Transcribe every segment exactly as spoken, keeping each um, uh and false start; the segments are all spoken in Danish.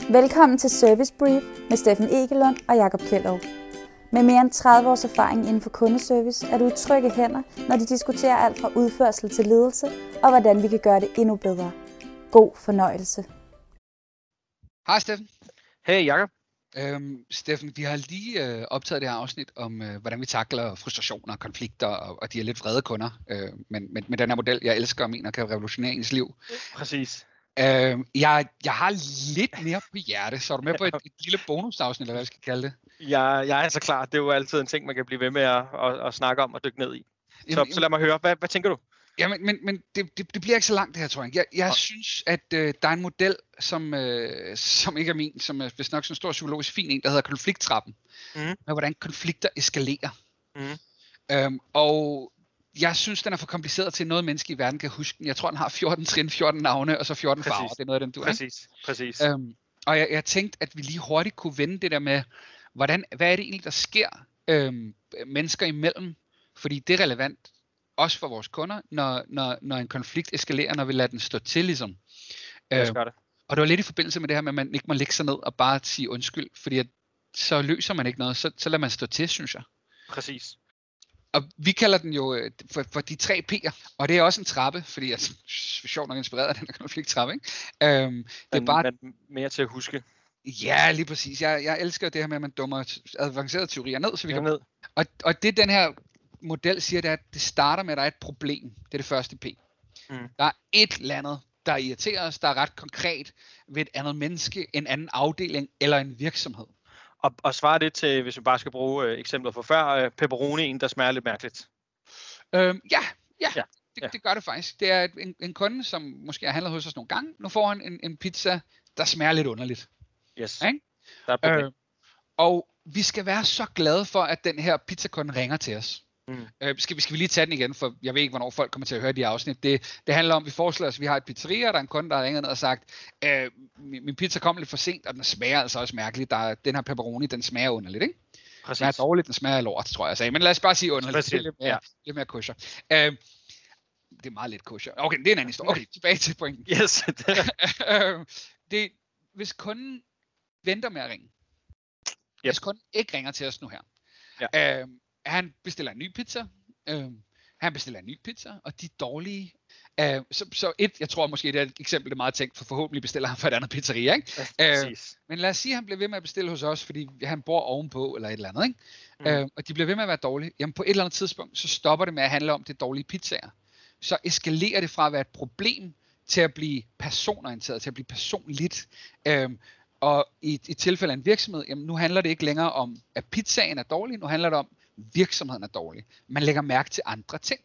Velkommen til Service Brief med Steffen Egelund og Jakob Kjellerup. Med mere end tredive års erfaring inden for kundeservice er du i trygge hænder, når de diskuterer alt fra udførsel til ledelse og hvordan vi kan gøre det endnu bedre. God fornøjelse. Hej Steffen. Hey Jakob. Øhm, Steffen, vi har lige øh, optaget det her afsnit om, øh, hvordan vi takler frustrationer, konflikter og, og de er lidt vrede kunder. Øh, men med, med den her model, jeg elsker og mener, kan revolutionere ens liv. Præcis. Øh, jeg, jeg har lidt mere på hjerte, så er du med på et, et lille bonusafsnit, eller hvad jeg skal kalde det? Jeg, jeg er så klar. Det er jo altid en ting, man kan blive ved med at, at, at snakke om og dykke ned i. Så, Jamen, så lad mig høre. Hvad, hvad tænker du? Ja, men, men, men det, det, det bliver ikke så langt det her, tror jeg. Jeg, jeg synes, at øh, der er en model, som, øh, som ikke er min, som er vist nok sådan en stor psykologisk fin en, der hedder konflikttrappen. Mm. Med hvordan konflikter eskalerer. Mm. Øhm, og jeg synes, den er for kompliceret til, at noget menneske i verden kan huske den. Jeg tror, den har fjorten trin, fjorten navne, og så fjorten Præcis. Farver. Det er noget af den, du er. Præcis. Præcis. Øhm, og jeg, jeg tænkte, at vi lige hurtigt kunne vende det der med, hvordan, hvad er det egentlig, der sker øhm, mennesker imellem? Fordi det er relevant. Også for vores kunder, når, når, når en konflikt eskalerer, når vi lader den stå til, ligesom. Øh, det. og det var lidt i forbindelse med det her med, at man ikke må lægge sig ned og bare sige undskyld, fordi at, så løser man ikke noget, så, så lader man stå til, synes jeg. Præcis. Og vi kalder den jo for, for de tre P'er, og det er også en trappe, fordi jeg er sjovt nok inspireret af den her konflikttrappe, ikke? Øhm, det men, er bare men mere til at huske. Ja, lige præcis. Jeg, jeg elsker det her med, at man dummer avancerede teorier ned, så vi ja, kan... Ned. Og, og det den her model siger, det er, at det starter med, at der er et problem. Det er det første P. Mm. Der er et eller andet, der irriterer os, der er ret konkret ved et andet menneske, en anden afdeling eller en virksomhed. Og, og svarer det til, hvis vi bare skal bruge øh, eksempler fra før, øh, pepperonien, der smager lidt mærkeligt? Øhm, ja, ja, ja. Det, ja. det gør det faktisk. Det er en, en kunde, som måske har handlet hos os nogle gange. Nu får han en, en pizza, der smager lidt underligt. Yes, ikke? Der er et problem. Øh, og vi skal være så glade for, at den her pizzakunde ringer til os. Mm. Øh, skal, vi, skal vi lige tage den igen, for jeg ved ikke, hvornår folk kommer til at høre de afsnit. Det, det handler om, at vi foreslår os, at vi har et pizzeria, der er en kunde, der har ringet ned og sagt, øh, min, min pizza kom lidt for sent, og den smager altså også mærkeligt. Der er, den her pepperoni, den smager underligt, ikke? Præcis. Den er dårligt, den smager lort, tror jeg, jeg sagde. Men lad os bare sige underligt. Det er lidt mere, ja. lidt mere kosher. Øh, det er meget lidt kosher. Okay, det er en anden historie. Okay, tilbage til pointen. Yes. øh, det, hvis kunden venter med at ringe, yep. hvis kunden ikke ringer til os nu her, ja. øh, han bestiller en ny pizza, øh, han bestiller en ny pizza, og de dårlige, øh, så, så et, jeg tror måske det er et eksempel, det er meget tænkt, for forhåbentlig bestiller han for et andet pizzeria, ikke? Ja, øh, men lad os sige, at han bliver ved med at bestille hos os, fordi han bor ovenpå, eller et eller andet, ikke? Mm. Øh, og de bliver ved med at være dårlige, jamen på et eller andet tidspunkt, så stopper det med at handle om det dårlige pizzaer. Så eskalerer det fra at være et problem, til at blive personorienteret, til at blive personligt. Øh, og i, i tilfælde af en virksomhed, jamen nu handler det ikke længere om, at pizzaen er dårlig, nu handler det om, virksomheden er dårlig. Man lægger mærke til andre ting.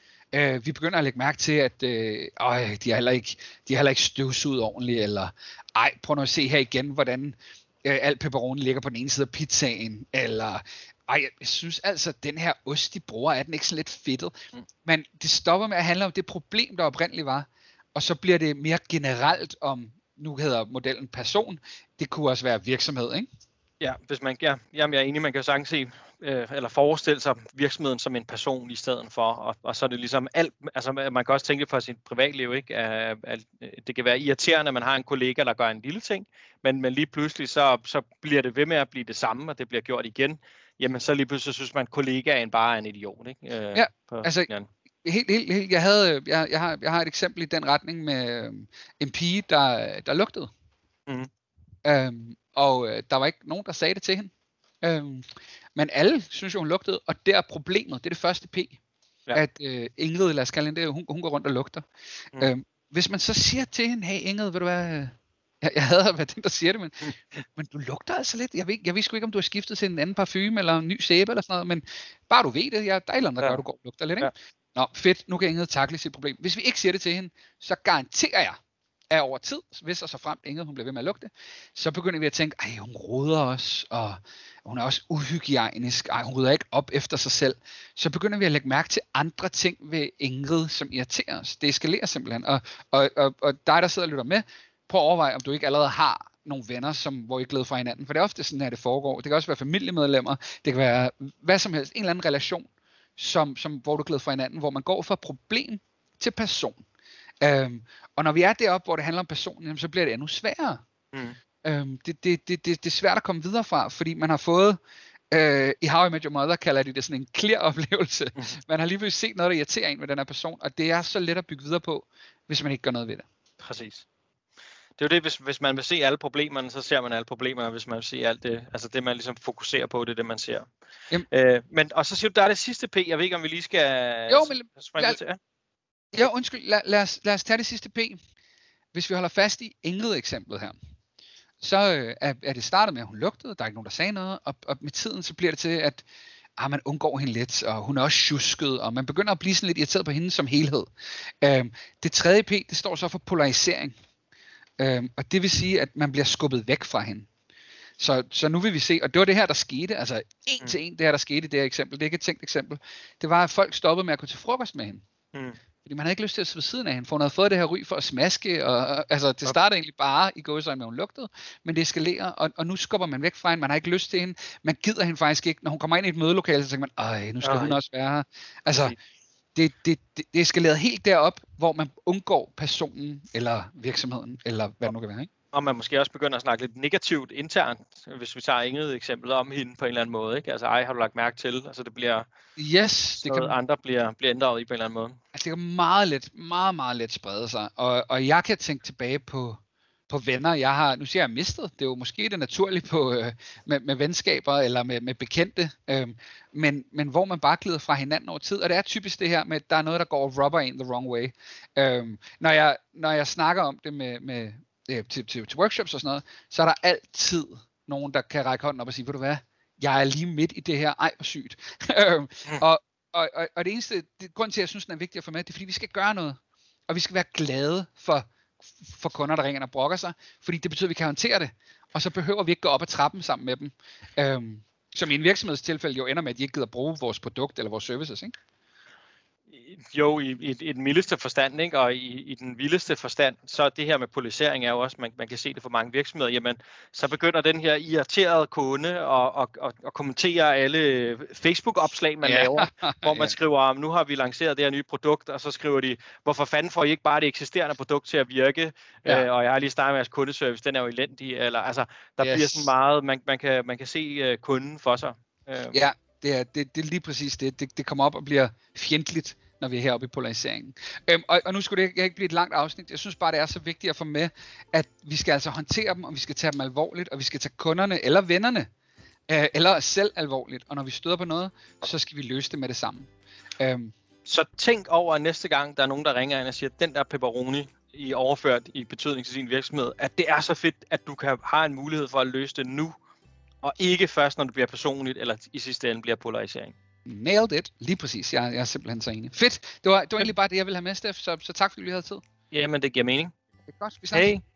Øh, vi begynder at lægge mærke til, at øh, øh, de har heller ikke, de har heller ikke støvsuget ordentligt, eller ej, prøv nu at se her igen, hvordan øh, alt pepperoni ligger på den ene side af pizzaen, eller ej, jeg synes altså, den her ost, de bruger, er den ikke sådan lidt fedtet. Mm. Men det stopper med at handle om det problem, der oprindeligt var, og så bliver det mere generelt om, nu hedder modellen person, det kunne også være virksomhed, ikke? Ja, hvis man, ja, jamen jeg er enig, man kan jo sagtens se, øh, eller forestille sig virksomheden som en person i stedet for, og, og så er det ligesom alt, altså man kan også tænke det for sit privatliv, ikke? At, at det kan være irriterende, at man har en kollega, der gør en lille ting, men, men lige pludselig så, så bliver det ved med at blive det samme, og det bliver gjort igen, jamen så lige pludselig synes man, at kollegaen bare er en idiot, ikke? Øh, ja, på, altså ja. Helt, helt, helt, jeg, havde, jeg, jeg, har, jeg har et eksempel i den retning med øh, en pige, der, der lugtede. Mm. Øhm, og øh, der var ikke nogen, der sagde det til hende. Øhm, men alle synes jo, hun lugtede, og det er problemet. Det er det første P. Ja. At øh, Ingrid, lad os kalde hende det, hun, hun går rundt og lugter. Mm. Øhm, hvis man så siger til hende, hey Ingrid, ved du hvad, jeg, jeg hader hvad den der siger det, men, mm. men du lugter altså lidt. Jeg ved, jeg ved sgu ikke, om du har skiftet til en anden parfume, eller en ny sæbe, eller sådan noget, men bare du ved det, ja, der er et eller andet, der ja. gør, du går og lugter lidt, ikke? Ja. Nå, fedt, nu kan Ingrid takle sit problem. Hvis vi ikke siger det til hende, så garanterer jeg, at over tid, hvis og så frem Ingrid, hun bliver ved med at lugte, så begynder vi at tænke, ej, hun roder os, og hun er også uhygienisk, ej, hun rydder ikke op efter sig selv. Så begynder vi at lægge mærke til andre ting ved Ingrid, som irriterer os. Det eskalerer simpelthen. Og, og, og, og dig, der sidder og lytter med, prøv at overveje, om du ikke allerede har nogle venner, som, hvor I er glade for hinanden. For det er ofte sådan her, det foregår. Det kan også være familiemedlemmer, det kan være hvad som helst, en eller anden relation, som, som, hvor du er glad for hinanden, hvor man går fra problem til person. Øhm, og når vi er deroppe, hvor det handler om personen, jamen, så bliver det endnu sværere. Mm. Øhm, det, det, det, det, det er svært at komme videre fra, fordi man har fået, øh, i How I Met Your Mother kalder de det sådan en clear oplevelse. Mm. Man har lige pludselig set noget, der irriterer en med den her person, og det er så let at bygge videre på, hvis man ikke gør noget ved det. Præcis. Det er jo det, hvis, hvis man vil se alle problemerne, så ser man alle problemerne, og hvis man vil se alt det, altså det man ligesom fokuserer på, det er det, man ser. Øh, men, og så siger du, der er det sidste P, jeg ved ikke, om vi lige skal jo, men, springe lad, til. Ja, jo, undskyld, lad, lad, os, lad os tage det sidste P. Hvis vi holder fast i Ingrid-eksemplet her, så øh, er, er det startet med, at hun lugtede, der er ikke nogen, der sagde noget, og, og med tiden så bliver det til, at ah, man undgår hende lidt, og hun er også tjusket, og man begynder at blive sådan lidt irriteret på hende som helhed. Øhm, det tredje P, det står så for polarisering. Øhm, og det vil sige, at man bliver skubbet væk fra hende. Så, så nu vil vi se, og det var det her, der skete, altså en mm. til en, det her, der skete i det her eksempel, det er ikke et tænkt eksempel, det var, at folk stoppede med at gå til frokost med hende. Mm. Fordi man havde ikke lyst til at sidde ved siden af hende, for hun havde fået det her ry for at smaske, og altså det startede egentlig bare i gåsøjne med, hun lugtede, men det eskalerer, og, og nu skubber man væk fra hende, man har ikke lyst til hende, man gider hende faktisk ikke, når hun kommer ind i et mødelokale, så tænker man, ej, nu skal ej. hun også være her. Altså, det, det, det, det eskalerer helt derop, hvor man undgår personen, eller virksomheden, eller hvad det nu kan være, ikke? Og man måske også begynder at snakke lidt negativt internt, hvis vi tager Ingrid eksemplet om hende på en eller anden måde, ikke? Altså, ej, har du lagt mærke til? Altså, det bliver yes, det noget, kan, andre bliver, bliver ændret i på en eller anden måde. Altså, det kan meget let, meget, meget let sprede sig, og, og jeg kan tænke tilbage på, på venner, jeg har, nu siger jeg mistet, det er jo måske det naturlige på, øh, med, med venskaber, eller med, med bekendte, øh, men, men hvor man bare glider fra hinanden over tid, og det er typisk det her med, at der er noget, der går rubber in the wrong way. Øh, når, jeg, når jeg snakker om det med, med Til, til, til workshops og sådan noget, så er der altid nogen, der kan række hånden op og sige, ved du hvad, jeg er lige midt i det her, ej hvor sygt. mm. og, og, og, og det eneste, det, grund til, at jeg synes, den er vigtig at få med, det er, fordi vi skal gøre noget, og vi skal være glade for, for kunder, der ringer og brokker sig, fordi det betyder, at vi kan håndtere det, og så behøver vi ikke gå op ad trappen sammen med dem, øhm, som i en virksomhedstilfælde jo ender med, at de ikke gider bruge vores produkt eller vores services, ikke? Jo, i, i, i den mildeste forstand, ikke? Og i, i den vildeste forstand, så det her med polarisering er jo også, man, man kan se det for mange virksomheder, jamen, så begynder den her irriterede kunde at, at, at, at kommentere alle Facebook-opslag, man yeah. laver, hvor man yeah. skriver, nu har vi lanceret det her nye produkt, og så skriver de, hvorfor fanden får I ikke bare det eksisterende produkt til at virke, yeah. øh, og jeg har lige startet med jeres kundeservice, den er jo elendig, eller altså, der yes. bliver sådan meget, man, man, kan, man kan se uh, kunden for sig. Ja, yeah. det, er, det, det er lige præcis det. det, det kommer op og bliver fjendtligt, når vi er heroppe i polariseringen. Øhm, og, og nu skulle det ikke blive et langt afsnit. Jeg synes bare, det er så vigtigt at få med, at vi skal altså håndtere dem, og vi skal tage dem alvorligt, og vi skal tage kunderne eller vennerne, øh, eller os selv alvorligt. Og når vi støder på noget, så skal vi løse det med det samme. Øhm. Så tænk over næste gang, der er nogen, der ringer ind og siger, at den der pepperoni i overført i betydning til sin virksomhed, at det er så fedt, at du kan have en mulighed for at løse det nu, og ikke først, når det bliver personligt, eller i sidste ende bliver polarisering. Nailed it. Lige præcis. Jeg, jeg er simpelthen så enig. Fedt. Det var, det var egentlig bare det, jeg ville have med, Steff. Så, så tak, fordi vi havde tid. Jamen, det giver mening. Det er godt. Vi snakkes. Hey.